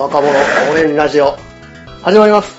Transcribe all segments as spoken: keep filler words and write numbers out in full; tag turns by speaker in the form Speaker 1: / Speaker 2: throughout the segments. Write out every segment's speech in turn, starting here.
Speaker 1: 若者応援ラジオ始まります。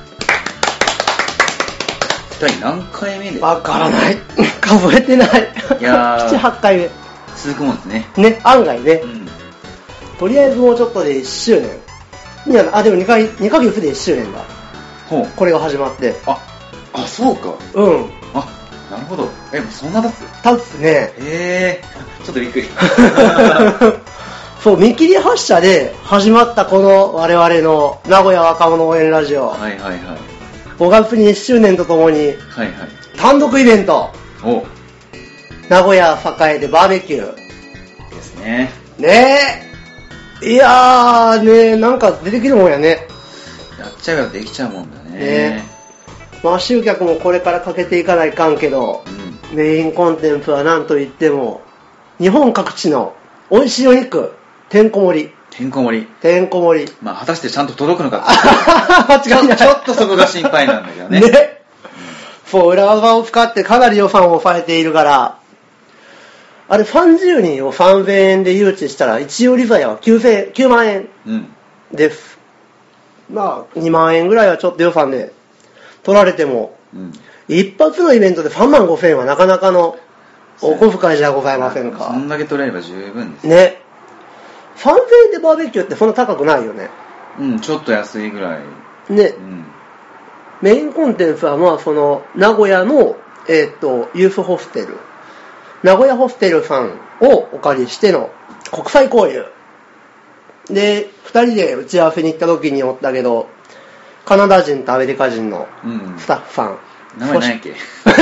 Speaker 2: 第何回目で
Speaker 1: わからない数えてない。
Speaker 2: いやー
Speaker 1: なな、はちかいめ
Speaker 2: 続くもんですね。
Speaker 1: ね、案外ね、
Speaker 2: うん、
Speaker 1: とりあえずもうちょっとでいっしゅうねんいや、あ、でもにかい、にかげつでいっしゅうねんだ。
Speaker 2: ほう、
Speaker 1: これが始まって。
Speaker 2: あ、あ、そうか。
Speaker 1: うん。
Speaker 2: あ、なるほど。え、もうそんな経つ？
Speaker 1: 経つね。
Speaker 2: えー、ちょっとびっくり。
Speaker 1: そう、見切り発車で始まったこの我々の名古屋若者応援ラジオ。
Speaker 2: はいはいはい。
Speaker 1: ごがつにいっしゅうねんとともに、
Speaker 2: はいはい。
Speaker 1: 単独イベント。
Speaker 2: お、
Speaker 1: 名古屋栄でバーベキュー。
Speaker 2: ですね。
Speaker 1: ねえ。いやー、ねえ、なんか出てきるもんやね。
Speaker 2: やっちゃえばできちゃうもんだね。
Speaker 1: ねまあ集客もこれからかけていかないかんけど、うん、メインコンテンツは何といっても、日本各地の美味しいお肉、てんこ盛り。
Speaker 2: てんこ盛り。
Speaker 1: てんこ盛り。
Speaker 2: まあ果たしてちゃんと届くのか
Speaker 1: って間違いない。
Speaker 2: ちょっとそこが心配なんだけどね。
Speaker 1: ね。うん、そう、裏技を使ってかなり予算を抑えているから、あれファンじゅうにんをさんぜんえんで誘致したら、一応利ザヤはきゅうまんえんです。うん、まあ、にまんえんぐらいはちょっと予算で取られても、うん、一発のイベントでさんまんごせんえんはなかなかのお小遣いじゃございませんか。
Speaker 2: そんだけ取れれば十分です
Speaker 1: ね。さんぜんえんでバーベキューってそんな高くないよね。
Speaker 2: うん、ちょっと安いぐらい。
Speaker 1: ね。
Speaker 2: うん、
Speaker 1: メインコンテンツはまあその名古屋の、えー、とユースホステル、名古屋ホステルさんをお借りしての国際交流で、ふたりで打ち合わせに行った時におったけど、カナダ人とアメリカ人のスタッフさん、
Speaker 2: うん、名前何やっけ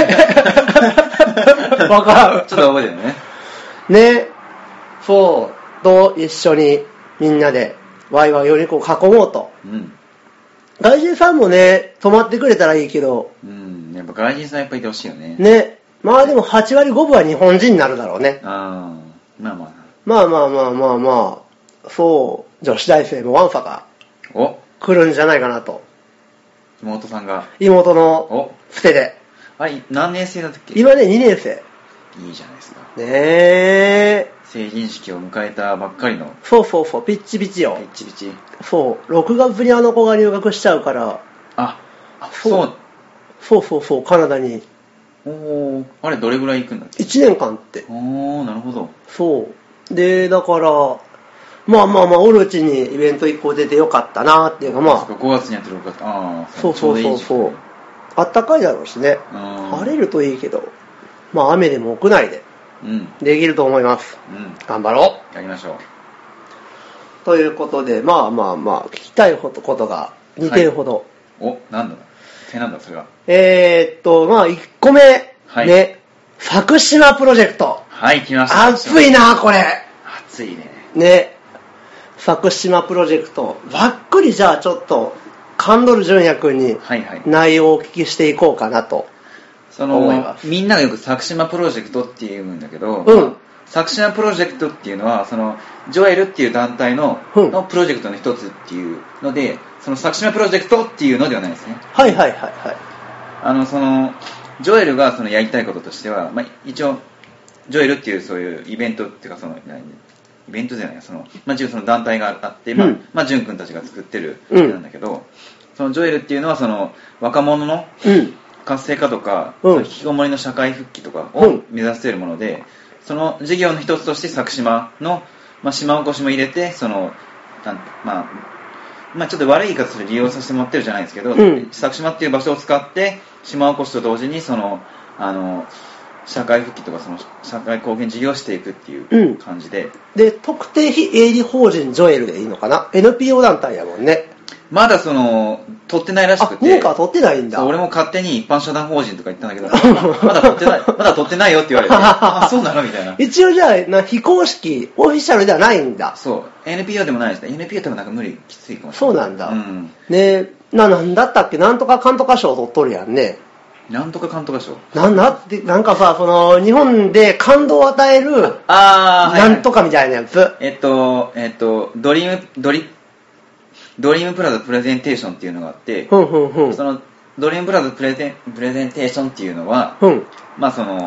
Speaker 1: わからん。
Speaker 2: ちょっと覚えてるね。
Speaker 1: ね、そうと一緒にみんなでワイワイよりこう囲もうと、うん、外人さんもね泊まってくれたらいいけど、
Speaker 2: うん、やっぱ外人さんやっぱいてほしいよね。
Speaker 1: ね、まあでもはちわりごぶは日本人になるだろうね。
Speaker 2: あ、まあまあ
Speaker 1: まあまあまあまあまあ、そう女子大生もわんさか
Speaker 2: お
Speaker 1: 来るんじゃないかなと。
Speaker 2: 妹さんが
Speaker 1: 妹のつてで。
Speaker 2: あれ何年生だったっけ？
Speaker 1: 今ねにねん生。
Speaker 2: いいじゃないですか。
Speaker 1: ねえ。
Speaker 2: 成人式を迎えたばっかりの。
Speaker 1: そうそうそう、ピッチピチよ。
Speaker 2: ピッチピチ。
Speaker 1: そう、ろくがつにあの子が入学しちゃうから。
Speaker 2: あ、あそう。
Speaker 1: そうそうそう、カナダに。
Speaker 2: おー、あれどれぐらい行くんだっけ？
Speaker 1: いちねんかんって。
Speaker 2: おー、なるほど。
Speaker 1: そう。で、だから、まあまあまあ、おるうちにイベントいっこ出てよかったなっていうか、まあ。
Speaker 2: ごがつにやってるろくがつ。ああ、
Speaker 1: そうそうそうそう。あったかいだろうしね。晴れるといいけど、まあ雨でも屋内で、うん、できると思います。うん、頑張ろ
Speaker 2: う。やりましょう。
Speaker 1: ということで、まあまあまあ、聞きたいことがにてんほど。
Speaker 2: はい、お、なんだ手なんだそれは。
Speaker 1: えー、っと、まあいっこめ、はい、ね、佐久島プロジェクト。
Speaker 2: はい、来ました。
Speaker 1: 熱いな、これ。
Speaker 2: 熱いね。
Speaker 1: ね。佐久島プロジェクト。ざっくりじゃあちょっと、神取淳也君に内容をお聞きしていこうかなと思います。
Speaker 2: そのみんながよく佐久島プロジェクトって言うんだけど、
Speaker 1: うん、
Speaker 2: 佐久島プロジェクトっていうのはそのジョエルっていう団体 の,、うん、のプロジェクトの一つっていうので、その佐久島プロジェクトっていうのではないですね。
Speaker 1: はいはいはいはい。
Speaker 2: あのそのジョエルがそのやりたいこととしては、まあ、一応ジョエルっていうそういうイベントっていうかそのイベントじゃないその、まあ、その団体があって、まあ、うんまあ、ジュン君たちが作ってるなんだけど、うん、そのジョエルっていうのはその若者の活性化とか、うん、その引きこもりの社会復帰とかを目指しているもので、その事業の一つとして佐久島の、まあ、島おこしも入れてそのなんまあまあ、ちょっと悪い言い方する利用させてもらってるじゃないですけど、うん、佐久島っていう場所を使って島おこしと同時にそのあの社会復帰とかその社会貢献事業をしていくっていう感じで、
Speaker 1: うん、で特定非営利法人ジョエルでいいのかな、 エヌピーオー 団体やもんね。
Speaker 2: まだその取ってないらしくて。
Speaker 1: あ、もうか取ってないんだ。
Speaker 2: 俺も勝手に一般社団法人とか言ったんだけどまだ取ってないまだ取ってないよって言われてあ、そうなのみたいな。
Speaker 1: 一応じゃあな非公式オフィシャルではないんだ。
Speaker 2: そう エヌピーオー でもないですね。 エヌピーオー 多分なんか無理きついかもし
Speaker 1: れない。そうなんだ、うん、ねな、なんだったっけ、なんとかかんとか賞取っとるやんね。
Speaker 2: なんとかかんとか賞
Speaker 1: なんだって、なんかさ、その日本で感動を与える
Speaker 2: ああ
Speaker 1: なんとかみたいなやつ、はいはい、
Speaker 2: えっとえっとドリームドリドリームプラザプレゼンテーションっていうのがあって、
Speaker 1: ふんふんふん、
Speaker 2: そのドリームプラザプレゼンプレゼンテーションっていうのは、うん、まあその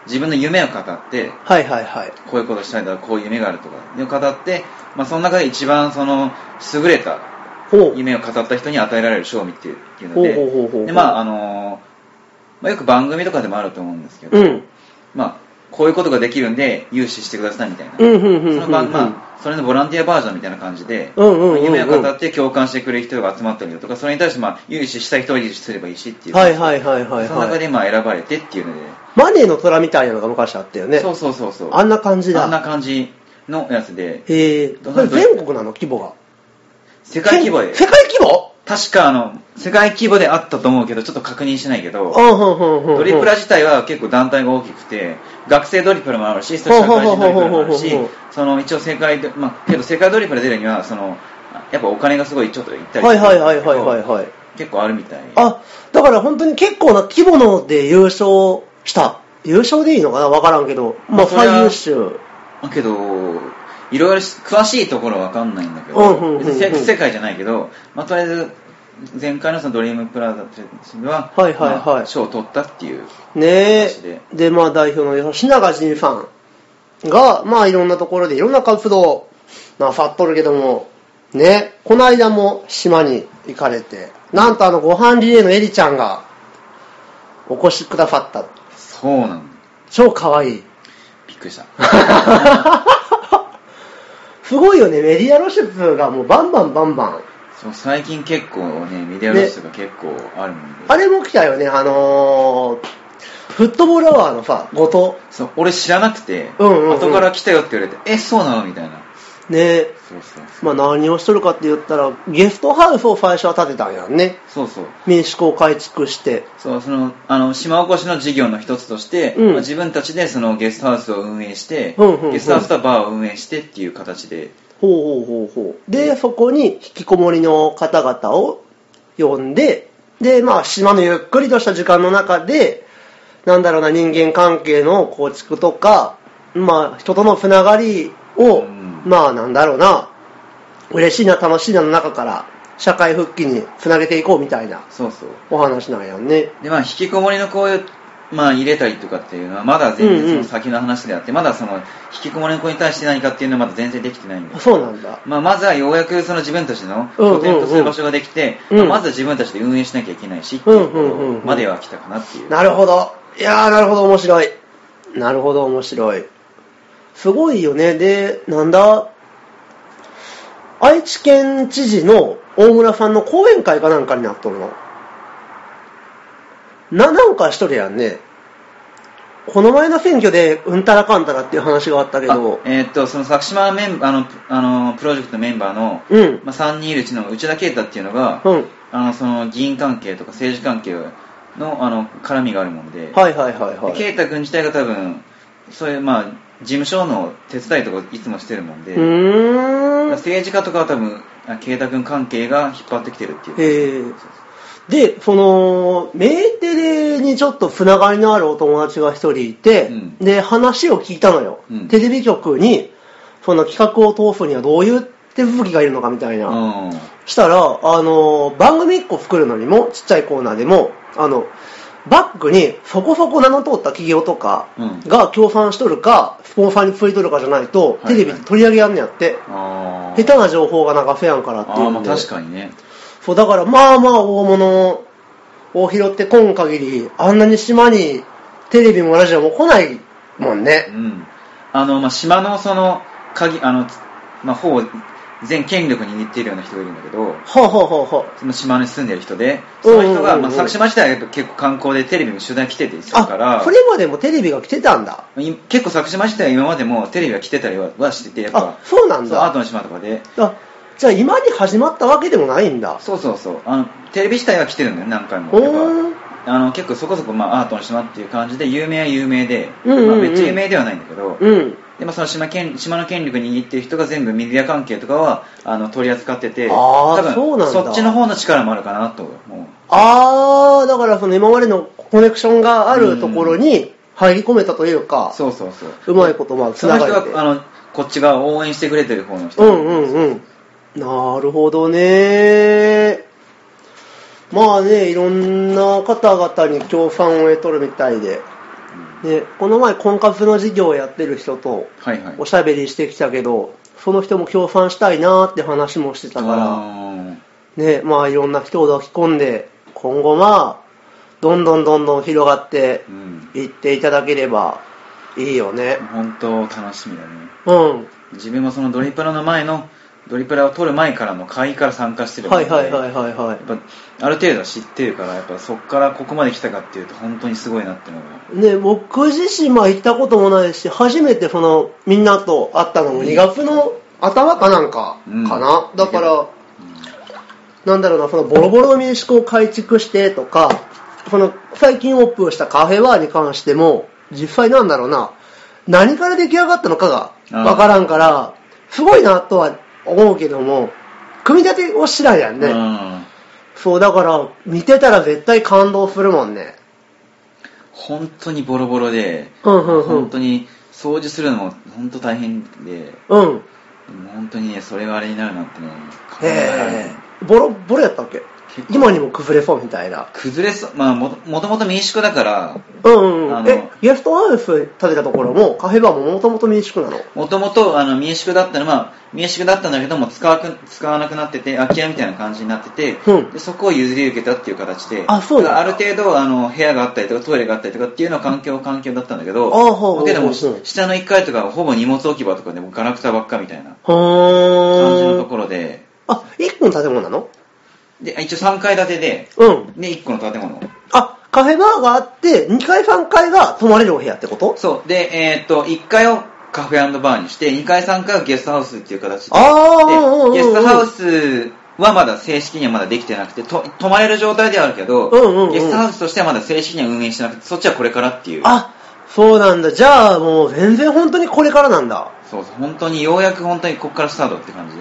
Speaker 2: 自分の夢を語って、
Speaker 1: はいはいはい、
Speaker 2: こういうことしたいとかこういう夢があるとかを語って、まあ、その中で一番その優れた夢を語った人に与えられる賞味っていうので、でまああのまあ、よく番組とかでもあると思うんですけど、うん、まあこういうことができるんで融資してくださいみたいな、その番まあそれのボランティアバージョンみたいな感じで、夢を語って共感してくれる人が集まったりだとか、それに対してまあ融資したい人は融資すればいいしっていう、
Speaker 1: はいはいはいはい、はい、
Speaker 2: その中でまあ選ばれてっていうので、
Speaker 1: マネーの虎みたいなのが昔あったよね。
Speaker 2: そうそうそうそう、
Speaker 1: あんな感じだ。
Speaker 2: あんな感じのやつで、
Speaker 1: へえ、全国なの規模が。
Speaker 2: 世界規模で。
Speaker 1: 世界規模？
Speaker 2: 確かあの世界規模であったと思うけど、ちょっと確認してないけど、ドリプラ自体は結構団体が大きくて、学生ドリプラもあるし、社会人ドリプラもあるし、その一応世界で、まあけど世界ドリプラ出るにはそのやっぱお金がすごいちょっといったり、
Speaker 1: はいはいはいはいはいはい、
Speaker 2: 結構あるみたい。
Speaker 1: あ、だから本当に結構な規模ので優勝した。優勝でいいのかな、わからんけど、まあ最優秀。
Speaker 2: だけどいろいろ詳しいところは分かんないんだけど、うんうんうんうん、世界じゃないけど、まあ、とりあえず前回のそのドリームプラザでは、はいはいはい、まあ、賞を取ったっていう
Speaker 1: 話で、ね、でまあ代表の吉永仁ファンがまあいろんなところでいろんな活動をなさっとるけどもね、この間も島に行かれて、なんとあのご飯リレーのエリちゃんがお越しくださった。
Speaker 2: そうなんだ。
Speaker 1: 超可愛い。
Speaker 2: びっくりした。
Speaker 1: すごいよね、メディア露出がもうバンバンバンバン。
Speaker 2: そう、最近結構ね、メディア露出が結構あるもんで、ね。
Speaker 1: あれも来たよね、あのー、フットボールアワーのさ、後藤。
Speaker 2: そう、俺知らなくて、うんうんうん、後から来たよって言われて、え、そうなのみたいな。
Speaker 1: ね、そうそうそう、まあ何をしとるかって言ったら、ゲストハウスを最初は建てたんやんね。
Speaker 2: そうそう。
Speaker 1: 民宿を改築して。
Speaker 2: そう、その、あの、島おこしの事業の一つとして、うんまあ、自分たちでそのゲストハウスを運営して、うんうんうん、ゲストハウスとバーを運営してっていう形で。
Speaker 1: ほうほうほうほう。で、そこに引きこもりの方々を呼んで、で、まあ島のゆっくりとした時間の中で、なんだろうな、人間関係の構築とか、まあ人とのつながりを、うん、まあなんだろうな、嬉しいな楽しいなの中から社会復帰につなげていこうみたいなお話なんやんね。
Speaker 2: でまあ引きこもりの子をまあ入れたりとかっていうのはまだ全然その先の話であって、うんうん、まだその引きこもりの子に対して何かっていうのはまだ全然できてないんで。
Speaker 1: そうなんだ。
Speaker 2: まあまずはようやくその自分たちの拠点とする場所ができて、うんうんうん、まあ、まずは自分たちで運営しなきゃいけないしっていうところまでは来たかなっていう。うんうんうんうん、
Speaker 1: なるほど。いやーなるほど面白い。なるほど面白い。すごいよね。でなんだ。愛知県知事の大村さんの講演会かなんかになっとるの。な、なんか一人やんね。この前の選挙でうんたらかんたらっていう話があったけど。
Speaker 2: えー、っと、その作島メンバー、あの、あの、プロジェクトメンバーの、うん、まあ、さんにんいるうちの内田啓太っていうのが、うん、あの、その議員関係とか政治関係の、あの、絡みがあるもんで。
Speaker 1: はいはいはいはい。
Speaker 2: 啓太君自体が多分、そういう、まあ、事務所の手伝いとかいつもしてるもんで、うーん、政治家とかは多分啓太君関係が引っ張ってきてるっていう。
Speaker 1: へで、そのメーテレにちょっとつながりのあるお友達が一人いて、うん、で話を聞いたのよ、うん、テレビ局にその企画を通すにはどういう手続きがいるのかみたいな、うん、したらあの番組いっこ作るのにもちっちゃいコーナーでもあのバックにそこそこ名の通った企業とかが協賛しとるか、スポンサーについとるかじゃないと、テレビで取り上げやんねやって。下手な情報が流せやんからっていうので。
Speaker 2: あ、まあ確かにね。
Speaker 1: そう、だからまあまあ大物を拾ってこん限り、あんなに島にテレビもラジオも来ないもんね。
Speaker 2: うん。あの、まあ島のその、鍵、あの、まあほぼ、全権力に握っているような人がいるんだけど、
Speaker 1: ほうほうほうほう、
Speaker 2: その島に住んでる人で、その人が、まあ、作島自体は結構観光でテレビも取材来ててするから、
Speaker 1: あ、それまでもテレビが来てたんだ。
Speaker 2: 結構作島自体は今までもテレビが来てたりはしてて、やっぱ、
Speaker 1: あ、そうなんだ。
Speaker 2: アートの島とかで。
Speaker 1: あ、じゃあ今に始まったわけでもないんだ。
Speaker 2: そうそうそう。あの、テレビ自体は来てるんだよ、何回も。やっぱあの結構そこそこ、まあ、アートの島っていう感じで有名は有名で、うんうんうん、まあ、めっちゃ有名ではないんだけど、うん、でもその 島, 県島の権力に握っている人が全部メディア関係とかはあの取り扱ってて、
Speaker 1: あ、多分そうなんだ、
Speaker 2: そっちの方の力もあるかなと思う。
Speaker 1: ああ、だからその今までのコネクションがあるところに入り込めたというか、
Speaker 2: うん、そうそうそう、
Speaker 1: うまいことまあつながれて、
Speaker 2: その人はあのこっちが応援してくれてる方の人。
Speaker 1: うんうんうん。なるほどね。まあね、いろんな方々に協賛を得とるみたいで、 でこの前婚活の事業をやってる人とおしゃべりしてきたけど、はいはい、その人も協賛したいなって話もしてたから、ね、まあいろんな人を抱き込んで今後まあどんどんどんどん広がっていっていただければいいよね。
Speaker 2: 本当楽しみだね。
Speaker 1: うん。
Speaker 2: 自分もそのドリプラの前のドリプラを取る前からの会から参加してるので、
Speaker 1: はいはいはいはいはい。やっ
Speaker 2: ぱある程度は知ってるから、やっぱそこからここまで来たかっていうと本当にすごいなっていうの
Speaker 1: が。ね、僕自身は行ったこともないし、初めてそのみんなと会ったのもにがつの頭かなんかかな。うん、だから、うん、なんだろうな、そのボロボロの民宿を改築してとか、その最近オープンしたカフェバーに関しても、実際なんだろうな、何から出来上がったのかがわからんから、すごいなとは思うけども、組み立てを知らんやんね。そう、だから見てたら絶対感動するもんね。
Speaker 2: 本当にボロボロで、
Speaker 1: うんうんうん、
Speaker 2: 本当に掃除するのも本当大変で、
Speaker 1: うん、
Speaker 2: 本当にね、それがあれになるなんてね、
Speaker 1: 考えられない。ボロボロやったっけ？今にも崩れそうみたいな。
Speaker 2: 崩れそう、まあもともともと民宿だから、
Speaker 1: うんうん。え、ゲストハウス建てたところもカフェバーももともと民宿なの？
Speaker 2: もともとあの民宿だったの、まあ民宿だったんだけども使わく使わなくなってて空き家みたいな感じになってて、うん、でそこを譲り受けたっていう形で、
Speaker 1: あ、そうだ。
Speaker 2: ある程度あの部屋があったりとかトイレがあったりとかっていうのは環境環境だったんだけど、
Speaker 1: あ、ほうほう。
Speaker 2: だけども下のいっかいとかほぼ荷物置き場とかでもガラクタばっかみたいな
Speaker 1: 感
Speaker 2: じのところで、
Speaker 1: あ、いっこの建物なの？
Speaker 2: で一応さんかい建てで、
Speaker 1: うん、
Speaker 2: でいっこの建物。
Speaker 1: あ、カフェバーがあってにかいさんかいが泊まれるお部屋ってこと？
Speaker 2: そうで、えー、っといっかいをカフェ&バーにしてにかいさんかいはゲストハウスっていう形で、
Speaker 1: あ
Speaker 2: でゲストハウスはまだ正式にはまだできてなくてと泊まれる状態ではあるけど、
Speaker 1: うんうんうん、
Speaker 2: ゲストハウスとしてはまだ正式には運営してなくて、そっちはこれからっていう。
Speaker 1: あ、そうなんだ。じゃあもう全然本当にこれからなんだ。
Speaker 2: そうそう、本当にようやく本当にここからスタートって感じ。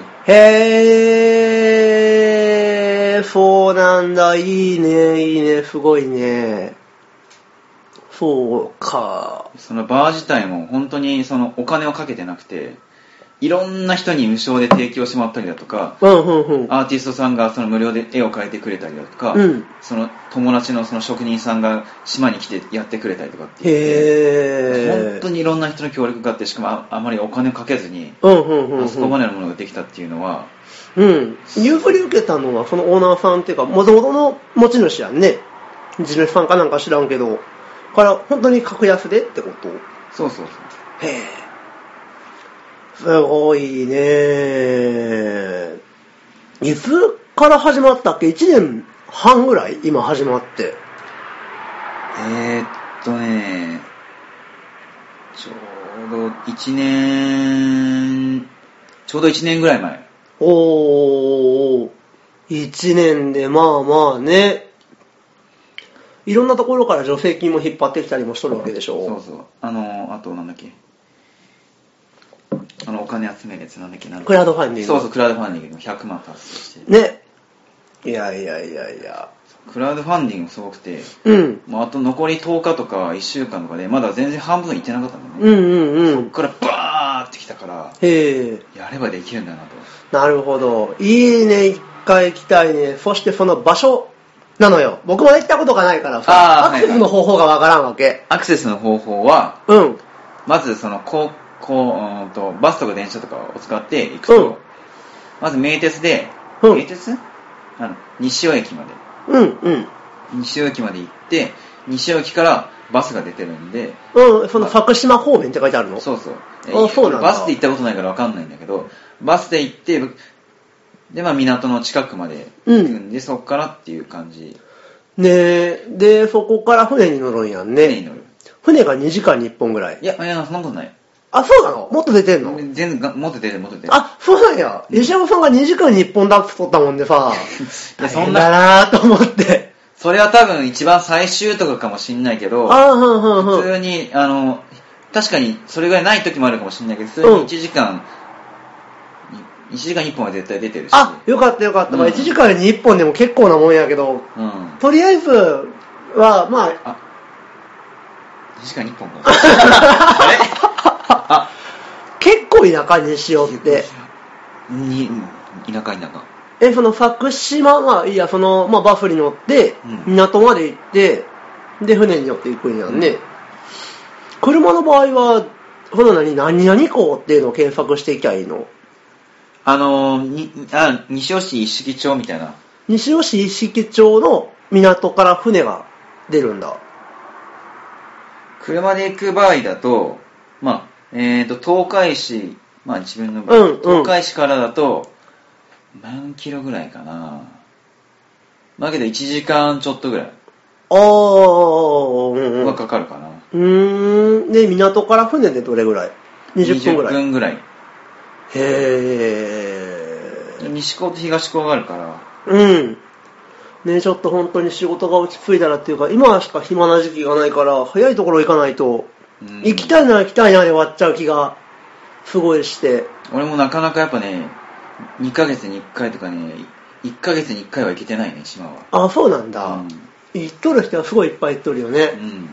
Speaker 1: へー、そうなんだ。いいね、いいね、すごいね。そうか。
Speaker 2: そのバー自体も本当にそのお金をかけてなくて、いろんな人に無償で提供してもらったりだとか、
Speaker 1: うんうんうん、
Speaker 2: アーティストさんがその無料で絵を描いてくれたりだとか、
Speaker 1: うん、
Speaker 2: その友達のその職人さんが島に来てやってくれたりとかって
Speaker 1: いう、
Speaker 2: 本当にいろんな人の協力があって、しかも あ, あまりお金をかけずに、
Speaker 1: うんうんうんうん、
Speaker 2: あそこまでのものができたっていうのは、
Speaker 1: うん、譲り受けたのはそのオーナーさんっていうか、もともとの持ち主やんね。地主さんかなんか知らんけど、から本当に格安でってこと？
Speaker 2: そうそうそう。
Speaker 1: へえ。すごいね。いつから始まったっけ？いちねんはんぐらい今始まって。
Speaker 2: えー、っとね、ちょうどいちねん、ちょうどいちねんぐらい前。
Speaker 1: おー、いちねんでまあまあね。いろんなところから助成金も引っ張ってきたりもしとるわけでしょ。
Speaker 2: そうそう。あの、あとなんだっけ。あのお金集めるやつなんだっけなんだっけ。
Speaker 1: クラウドファンディング。
Speaker 2: そうそう、クラウドファンディングのひゃくまん達成して。
Speaker 1: ね。いやいやいやいや。
Speaker 2: クラウドファンディングもすごくて、
Speaker 1: うん。
Speaker 2: もうあと残りとおかとかいっしゅうかんとかで、まだ全然半分いってなかったんだ
Speaker 1: ね。うんうんうん。
Speaker 2: そっからバーってきたから、
Speaker 1: へえ。
Speaker 2: やればできるんだなと。
Speaker 1: なるほど。いいね、一回行きたいね。そしてその場所なのよ。僕も行ったことがないからさ、アクセスの方法がわからんわけ、はいはい。
Speaker 2: アクセスの方法は、
Speaker 1: うん。
Speaker 2: まずその、こう、こう、うんと、バスとか電車とかを使って行くと、うん、まず名鉄で、うん、名鉄あの、西尾駅まで。
Speaker 1: うんうん。
Speaker 2: 西尾駅まで行って、西尾駅からバスが出てるんで。
Speaker 1: うん、その福島方面って書いてあるの？
Speaker 2: そうそう。
Speaker 1: あ、そうなんだ。
Speaker 2: バスで行ったことないからわかんないんだけど、バスで行って、で、まあ港の近くまで行くんで、うん、そこからっていう感じ。
Speaker 1: ねえ、で、そこから船に乗るんやんね。
Speaker 2: 船に乗る。
Speaker 1: 船がにじかんにいっぽんぐらい。
Speaker 2: いや、いや、そんなことない。
Speaker 1: あ、そうなの？もっと出てんの？
Speaker 2: 全然、もっと出てる、もっと出てる。
Speaker 1: あ、そうなんや。石山さんがにじかんにいっぽんダーツ取ったもんでさ、いや、そんなだなぁと思って。
Speaker 2: それは多分一番最終とかかもしんないけど、
Speaker 1: あ、うんうんうん、
Speaker 2: 普通に、あの、確かにそれぐらいない時もあるかもしんないけど、普通にいちじかん、うん、いちじかんにいっぽんは絶対出てるし。
Speaker 1: あ、よかったよかった。うん、まあいちじかんにいっぽんでも結構なもんやけど、
Speaker 2: うん、
Speaker 1: とりあえずは、まあ、あ、
Speaker 2: にじかんにいっぽんか。あれ
Speaker 1: あ、結構田舎にしようって。
Speaker 2: に、田舎田舎。
Speaker 1: え、その福島は、いや、その、まあ、バスに乗って、港まで行って、で、船に乗って行くんやんね。 車の場合は、ほな何、何々港っていうのを検索していきゃいいの？
Speaker 2: あのー、に、あ、西尾市一色町みたいな。
Speaker 1: 西尾市一色町の港から船が出るんだ。
Speaker 2: 車で行く場合だと、まあ、えっと、東海市、まあ自分の、
Speaker 1: うんうん、
Speaker 2: 東海市からだと、何キロぐらいかな。だけどいちじかんちょっとぐらい。
Speaker 1: ああ、うんうん。
Speaker 2: はかかるかな。
Speaker 1: うーん。で、港から船でどれぐらい？にじゅっぷんぐらい。
Speaker 2: にじゅっぷんぐらい。
Speaker 1: へー。
Speaker 2: 西港と東港があるから。
Speaker 1: うん。ね、ちょっと本当に仕事が落ち着いたらっていうか、今しか暇な時期がないから、早いところ行かないと、うん、行きたいな行きたいなで終わっちゃう気が、すごいして。
Speaker 2: 俺もなかなかやっぱね、にかげつにいっかいとかね、いっかげつにいっかいは行けてないね、島は。
Speaker 1: あ、そうなんだ。うん、行っとる人はすごいいっぱい行っとるよね。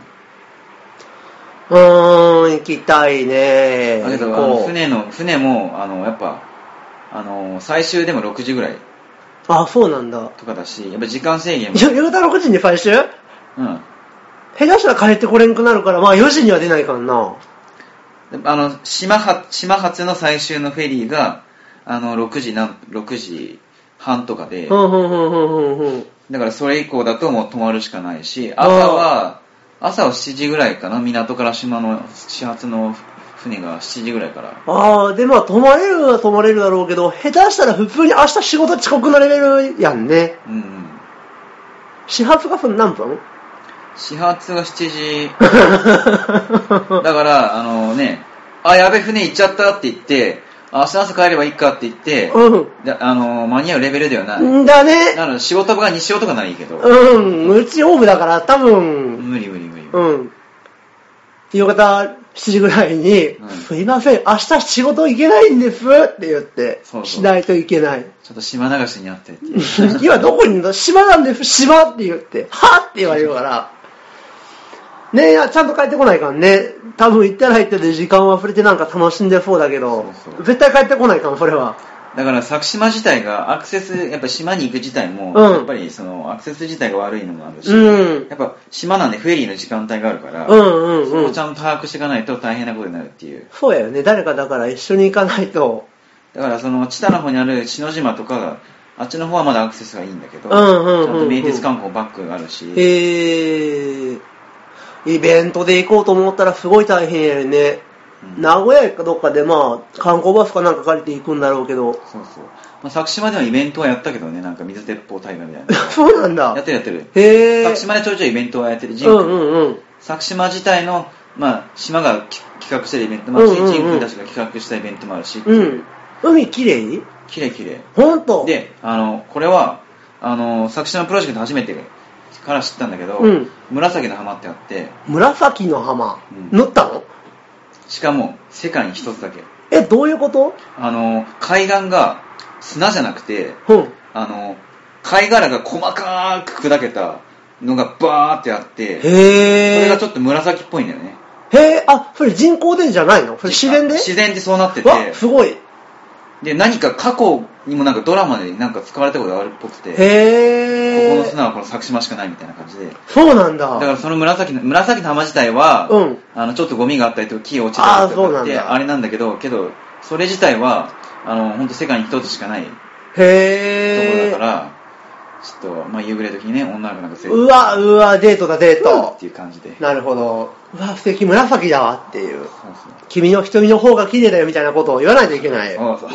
Speaker 1: うん。うーん、行きたいね。
Speaker 2: だけど、あの船の、船も、あの、やっぱ、あの、最終でもろくじぐらい。
Speaker 1: あ、そうなんだ。
Speaker 2: とかだし、やっぱ時間制限も。
Speaker 1: 夕方ろくじに最終？うん。下手したら帰ってこれんくなるから、まあよじには出ないからな。
Speaker 2: あの、島発、島発の最終のフェリーが、あの、ろくじなん、ろくじはんとかで、
Speaker 1: うんうんうんうんうん。
Speaker 2: だからそれ以降だともう泊まるしかないし、朝は、朝はしちじぐらいかな、港から島の始発の船がしちじぐらいから。
Speaker 1: ああ、でまあ泊まれるは泊まれるだろうけど、下手したら普通に明日仕事遅刻のレベルやんね。うんうん。始発がその何分？
Speaker 2: 始発がしちじ。だから、あのね、あ、やべ、船行っちゃったって言って、明日朝帰ればいいかって言って、うん、あの間に合うレベルではない。
Speaker 1: んだね。
Speaker 2: なので仕事場が西尾とかならいいけど。
Speaker 1: うん、うちオーブだから多分。
Speaker 2: 無理無理無理。
Speaker 1: うん。夕方しちじぐらいに、うん、すいません、明日仕事行けないんですって言って、そうそうしないといけない。
Speaker 2: ちょっと島流しにあってっていう。
Speaker 1: 今どこにいるの？島なんです、島って言って、はって言われるから。ねえ、ちゃんと帰ってこないからね。多分行ってないってで時間を忘れてなんか楽しんでそうだけど、そうそう絶対帰ってこないから、それは。
Speaker 2: だから佐久島自体がアクセス、やっぱり島に行く自体も、うん、やっぱりそのアクセス自体が悪いのもあるし、うん、やっぱ島なんでフェリーの時間帯があるから、うんうんうん、そこをちゃんと把握していかないと大変なことになるっていう。
Speaker 1: そうやよね。誰かだから一緒に行かないと。
Speaker 2: だからその知多の方にある篠島とかが、あっちの方はまだアクセスがいいんだけど、うんうんうんうん、ちゃんと名鉄観光バックがあるし。
Speaker 1: へー。イベントで行こうと思ったらすごい大変やよね。うん、名古屋かどっかでまあ観光バスかなんか借りて行くんだろうけど。そう
Speaker 2: そう。まあ、佐久島ではイベントはやったけどね、なんか水鉄砲大会みたいな。
Speaker 1: そうなんだ。
Speaker 2: やってるやってる。
Speaker 1: へー。
Speaker 2: 佐久島でちょいちょいイベントはやってる。
Speaker 1: うんうんうん。
Speaker 2: 佐久島自体の、まあ、島が企画してるイベント、まあ、人君たちが企画したイベントもあるし。
Speaker 1: うん。海きれい？
Speaker 2: きれいきれい。
Speaker 1: ほんと？
Speaker 2: で、あの、これは、あの、佐久島プロジェクト初めてから知ったんだけど、うん、紫の浜ってあって、
Speaker 1: 紫の浜、うん、塗ったの？
Speaker 2: しかも世界に一つだけ。
Speaker 1: え、どういうこと？
Speaker 2: あの海岸が砂じゃなくて、うん、あの貝殻が細かく砕けたのがバーってあって、へー、それがちょっと紫っぽいんだよね。
Speaker 1: へー、あ、それ人工でじゃないの？それ自然で？
Speaker 2: 自然でそうなってて、
Speaker 1: わ、すごい。
Speaker 2: で、何か過去にもなんかドラマでなんか使われたことがあるっぽくて、
Speaker 1: へー、
Speaker 2: ここの砂はこの佐久島しかないみたいな感じで。
Speaker 1: そうなんだ。
Speaker 2: だからその紫の、紫の浜自体は、うん、あの、ちょっとゴミがあったりとか木落ちたりとかって、あれなんだけど、けど、それ自体は、あの、ほんと世界に一つしかない、へー、ところだから、ちょっと、まあ、夕暮れ時にね、女の子なんか連れて、
Speaker 1: うわ、うわ、デートだ、デート。
Speaker 2: っていう感じで。
Speaker 1: なるほど。うわ、素敵、紫だわっていう。そうそう。君の瞳の方が綺麗だよみたいなことを言わないといけない。そうそう。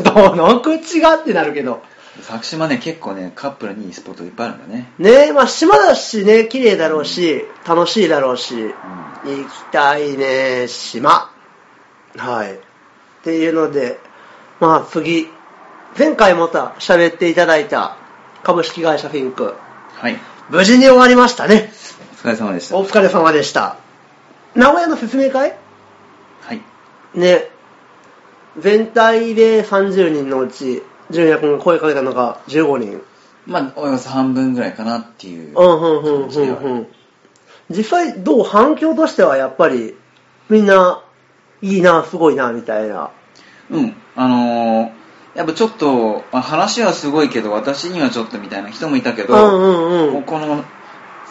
Speaker 1: どの口がってなるけど。
Speaker 2: 佐久島ね、結構ね、カップルにいいスポットいっぱいあるんだね。
Speaker 1: ねえ、まあ島だしね、綺麗だろうし、うん、楽しいだろうし、うん、行きたいね、島。はい。っていうので、まあ次、前回また喋っていただいた株式会社フィンク。はい。無事に終わりましたね。
Speaker 2: お疲れ様でした。
Speaker 1: お疲れ様でした。名古屋の説明会？
Speaker 2: はい。
Speaker 1: ね、全体でさんじゅうにんのうち、純也君が声かけたのがじゅうごにん。
Speaker 2: まあ、およそ半分ぐらいかなっていう。
Speaker 1: うん、うん、うん、うん、うん。実際、どう反響としてはやっぱり、みんな、いいな、すごいな、みたいな。
Speaker 2: うん。あのー、やっぱちょっと、まあ、話はすごいけど、私にはちょっとみたいな人もいたけど、うんうんうん、もうこの、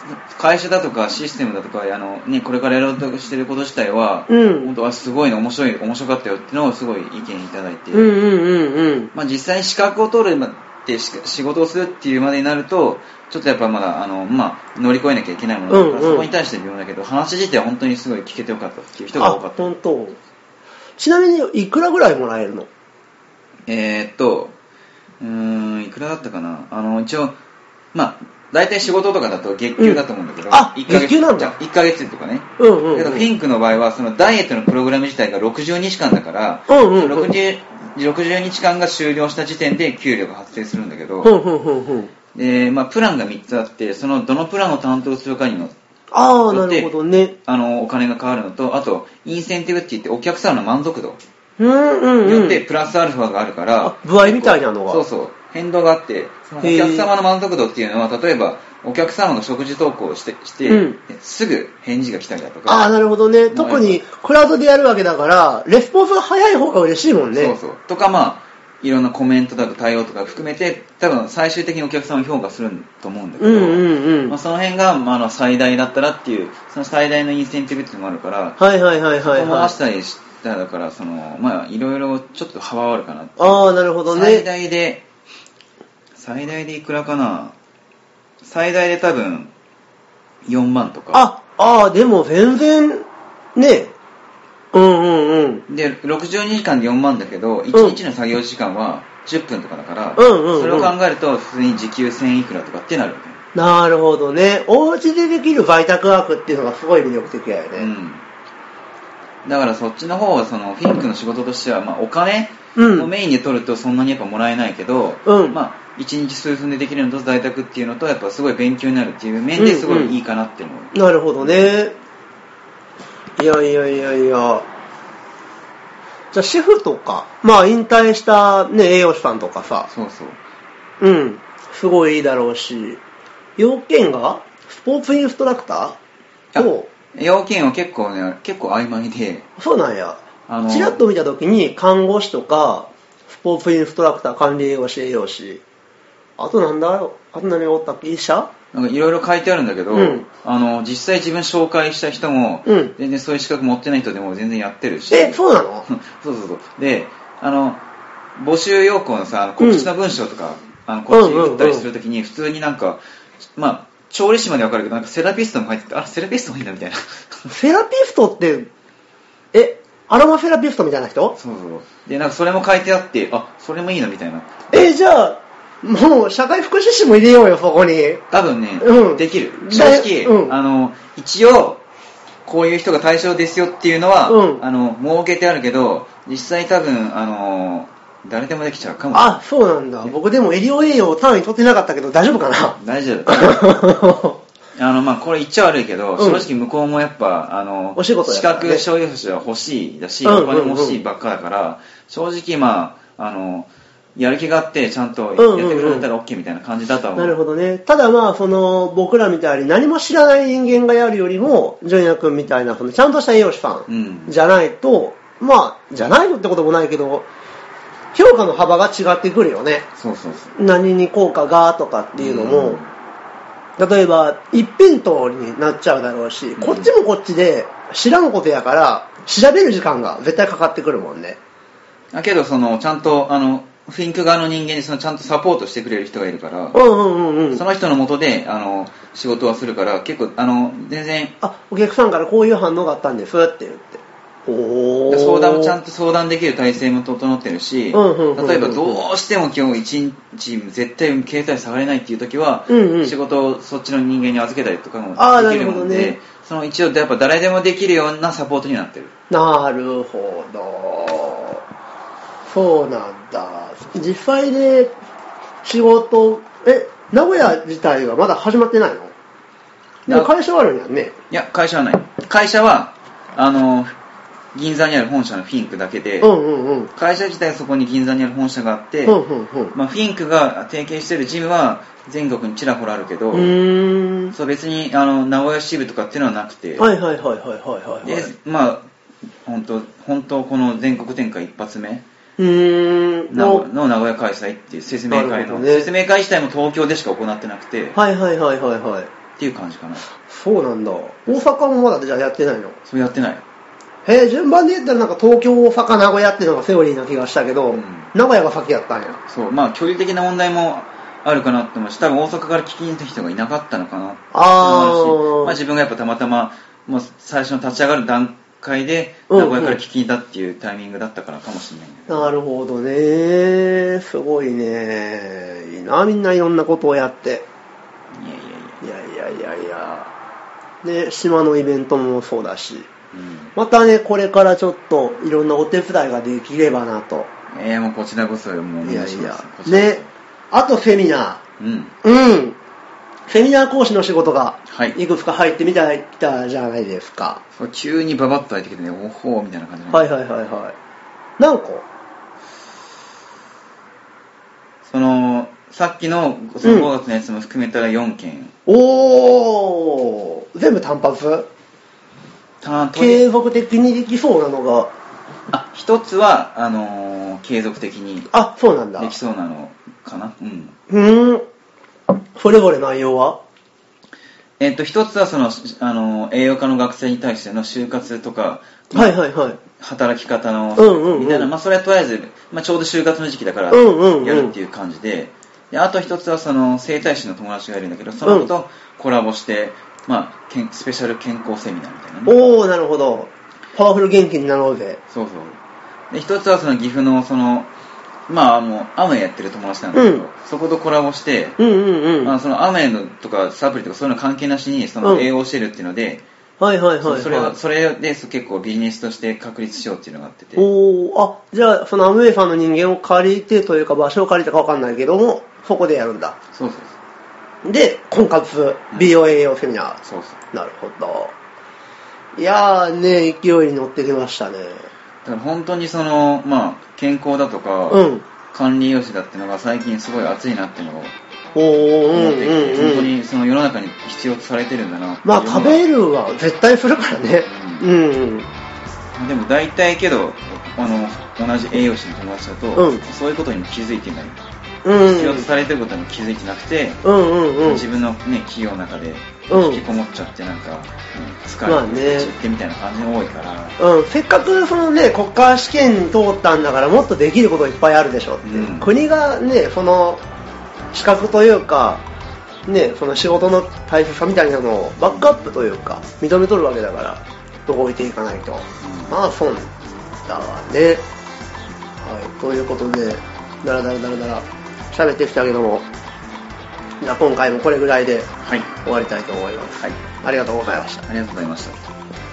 Speaker 2: 会社だとかシステムだとかあの、ね、これからやろうとしてること自体は、うん、本当はすごいの面白い面白かったよっていうのをすごい意見いただいて、
Speaker 1: うんうんうんうん、
Speaker 2: まあ、実際に資格を取るって仕事をするっていうまでになるとちょっとやっぱまだあの、まあ、乗り越えなきゃいけないものだから、うんうん、そこに対して微妙だけど話自体は本当にすごい聞けてよかったっていう人が多かった。
Speaker 1: あ、本当。ちなみにいくらぐらいもらえるの？
Speaker 2: えー、っとうーんいくらだったかな。あの一応まあ大体仕事とかだと月給だと思うんだけど、うん、
Speaker 1: あ、いっかげつ月給なんだ。
Speaker 2: いっかげつとかね、
Speaker 1: うんうんうん、
Speaker 2: だけどフィンクの場合はそのダイエットのプログラム自体がろくじゅうにちかんだから、
Speaker 1: うんうんうん、
Speaker 2: ろくじゅう、ろくじゅうにちかんが終了した時点で給料が発生するんだけど、
Speaker 1: うんうんうんうん、
Speaker 2: でまあ、プランがみっつあってそのどのプランを担当するかによって
Speaker 1: ああ、なるほどね、
Speaker 2: あのお金が変わるのと、あとインセンティブって言ってお客さんの満足度
Speaker 1: うんうんうん、
Speaker 2: によってプラスアルファがあるから、
Speaker 1: あ、歩合みたいなのが
Speaker 2: そうそう変動があって、そのお客様の満足度っていうのは例えばお客様が食事投稿してして、うん、すぐ返事が来たりだとか、
Speaker 1: ああ、なるほどね。特にクラウドでやるわけだからレスポンスが早い方が嬉しいもんね。
Speaker 2: そうそうとか、まあいろんなコメントだと対応とか含めて多分最終的にお客さんを評価すると思うんだけど、うんうんうんまあ、その辺が、まあ、あの最大だったらっていうその最大のインセンティブっていうのもあるから、
Speaker 1: はいはいはいはい、はい、
Speaker 2: そこも合わせたりしたらだからそのまあいろいろちょっと幅はあるかなって。
Speaker 1: ああ、なるほどね。
Speaker 2: 最大で最大でいくらかな。最大で多分よんまんとか。
Speaker 1: ああ、でも全然ね。うんうんうん。
Speaker 2: でろくじゅうにじかんでよんまんだけどいちにちの作業時間はじゅっぷんとかだから、うんうんうん、それを考えると普通に時給せんいくらとかってなる。
Speaker 1: なるほどね。お家でできる在宅ワークっていうのがすごい魅力的だよね。
Speaker 2: うん。だからそっちの方はそのフィンクの仕事としては、まあ、お金をメインで取るとそんなにやっぱもらえないけど、うん、まあいちにち数分でできるのと在宅っていうのとやっぱすごい勉強になるっていう面ですごいいいかなって思う、
Speaker 1: うんうん、なるほどね。いやいやいやいや、じゃあ主婦とかまあ引退したね栄養士さんとかさ、
Speaker 2: そうそう
Speaker 1: うんすごいいいだろうし、要件がスポーツインストラクターと
Speaker 2: 要件は結構ね結構曖昧で、
Speaker 1: そうなんや。あのチラッと見た時に看護師とかスポーツインストラクター、管理栄養士、栄養士、あとなんだろう、あと何がおったっけ、医者、
Speaker 2: なんかいろいろ書いてあるんだけど、うん、あの実際自分紹介した人も、うん、全然そういう資格持ってない人でも全然やってるし。
Speaker 1: え、そうなの？
Speaker 2: そうそうそう。で、あの募集要項のさ告知の文章とか、うん、あのこっちに打ったりするときに普通になんか、まあ調理師までわかるけどなんかセラピストも入ってて、あ、セラピストもいいんだみたいな。
Speaker 1: セラピストってえアロマセラピストみたいな人？
Speaker 2: そうそう。でなんかそれも書いてあって、あ、それもいいなみたいな。
Speaker 1: え、じゃあもう社会福祉士も入れようよそこに。
Speaker 2: 多分ね、うん、できる。正直、うん、あの一応こういう人が対象ですよっていうのは、うん、あの設けてあるけど、実際多分あの誰でもできちゃうかも。
Speaker 1: あ、そうなんだ。僕でも医療栄養単位取ってなかったけど大丈夫かな？
Speaker 2: 大丈夫。あのまあこれ言っちゃ悪いけど、うん、正直向こうもやっぱあの
Speaker 1: お仕事
Speaker 2: 資格商用士は欲しいだし、うんうんうん、お金も欲しいばっかだから、正直まああのやる気があってちゃんとやってくれるんだったら OK みたいな感じだと思う、
Speaker 1: うんうんうん、なるほどね。ただまあその僕らみたいに何も知らない人間がやるよりも純也君みたいなそのちゃんとした栄養士さんじゃないと、うん、まあじゃないのってこともないけど評価の幅が違ってくるよね。
Speaker 2: そうそうそう。
Speaker 1: 何に効果がとかっていうのも、うん、例えば一辺倒になっちゃうだろうし、うん、こっちもこっちで知らんことやから調べる時間が絶対かかってくるもんね。
Speaker 2: だけどそのちゃんとあのフィンク側の人間にそのちゃんとサポートしてくれる人がいるから、
Speaker 1: うんうんうんうん、
Speaker 2: その人の下であの仕事はするから結構あの全然、
Speaker 1: あ、お客さんからこういう反応があったんですって言って、
Speaker 2: お相談もちゃんと相談できる体制も整ってるし、うんうんうんうん、例えばどうしても今日一日絶対携帯触れないっていう時は、うんうん、仕事をそっちの人間に預けたりとかもできるので、ね、その一応やっぱ誰でもできるようなサポートになってる。
Speaker 1: なるほど、そうなんだ。実際で仕事、え、名古屋自体はまだ始まってないの？でも会社はあるんやんね。
Speaker 2: いや、会社はない。会社はあの銀座にある本社のフィンクだけで、
Speaker 1: うんうんうん、
Speaker 2: 会社自体はそこに銀座にある本社があって、うんうんうん、まあ、フィンクが提携してるジムは全国にちらほらあるけど、うーん、そう別にあの名古屋支部とかっていうのはなくて、
Speaker 1: はいはいはいはいはいはい、
Speaker 2: で、まあ本当本当この全国展開一発目
Speaker 1: うーん の,
Speaker 2: の名古屋開催っていう説明会の、ね、説明会自体も東京でしか行ってなくて、
Speaker 1: はいはいはいはいはい、
Speaker 2: っていう感じかな。
Speaker 1: そうなんだ。大阪もまだじゃあやってないの？
Speaker 2: そうやってない。
Speaker 1: へえ、順番で言ったらなんか東京、大阪、名古屋っていうのがセオリーな気がしたけど、うん、名古屋が先やったんや。
Speaker 2: そう、まあ距離的な問題もあるかなって思うし、多分大阪から聞きに行った人がいなかったのかなって思うし、まあ自分がやっぱたまたま、もう最初の立ち上がる段階で名古屋から聞きに行ったっていうタイミングだったからかもしれないんだけど、
Speaker 1: うんうん、なるほどね。すごいね。いいな、みんないろんなことをやって。いやいやいやいやいやいや。で、島のイベントもそうだし、うん、またね、これからちょっといろんなお手伝いができればなと。
Speaker 2: えー、もうこちらこそよ、もうお願いします。
Speaker 1: いやいやね、あとセミナー。うん。うん。セミナー講師の仕事がいくつか入ってみたじゃないですか。
Speaker 2: はい、急にババッと入ってきてね、おほーみたいな感じなん
Speaker 1: で。はいはいはいはい。何個？
Speaker 2: その、さっきのそのごがつのやつも含めたらよんけん。
Speaker 1: うん、おー、全部単発？継続的にできそうなのが。
Speaker 2: あ、一つは、あのー、継続的に。
Speaker 1: あ、そうなんだ。
Speaker 2: できそうなのかな。うん。
Speaker 1: うーん。それぞれ内容は？
Speaker 2: えっと、一つはその、あのー、栄養科の学生に対しての就活とか、
Speaker 1: まあ、はいはいはい。
Speaker 2: 働き方の、
Speaker 1: うんうんうん、
Speaker 2: みたいな、まあ、それはとりあえず、まあ、ちょうど就活の時期だから、やるっていう感じで、うんうんうん、で、あと一つはその、整体師の友達がいるんだけど、その子とコラボして、うん、まあ、けんスペシャル健康セミナーみたいなね。
Speaker 1: おー、なるほど。パワフル元気になろうぜ。
Speaker 2: そうそう。で、一つはその岐阜のその、まあもう、アムウェイやってる友達なんだけど、うん、そことコラボして、
Speaker 1: うんうんうん、
Speaker 2: まあ、そのアムウェイのとかサプリとかそういうの関係なしに、その栄養を教えるっていうので、
Speaker 1: うん、はいはいはい、はい、
Speaker 2: それを、それで結構ビジネスとして確立しようっていうのがあってて。
Speaker 1: おー、あ、じゃあそのアムウェイさんの人間を借りてというか場所を借りてかわかんないけども、そこでやるんだ。
Speaker 2: そうそう
Speaker 1: そう。で、婚活、美容栄養セミナー。
Speaker 2: うん、そうそう。
Speaker 1: なるほど。いやーね、勢いに乗ってきましたね。
Speaker 2: だから本当にその、まあ、健康だとか、うん、管理栄養士だっていうのが最近すごい熱いなっていうのを思ってきて、うんうんうん、本当にその世の中に必要とされてるんだな。
Speaker 1: まあ食べるは絶対するからね。うん。うん、
Speaker 2: でも大体けど、あの、同じ栄養士の友達だと、うん、そういうことにも気づいてない。うん、必要とされてることにも気づいてなくて、うんうんうん、自分のね、企業の中で引きこもっちゃってなんか、うん、疲れて散ってみたいな感じが多いから、
Speaker 1: うん、せっかくそのね、国家試験に通ったんだからもっとできることいっぱいあるでしょって、うん、国がね、その資格というか、ね、その仕事の大切さみたいなのをバックアップというか認めとるわけだから動いていかないと、うん、まあ損だわね。はい、ということでだらだらだらだら喋ってきたけども、じゃあ今回もこれぐらいで終わりたいと思います。はい、ありがとうございました。
Speaker 2: ありがとうございました。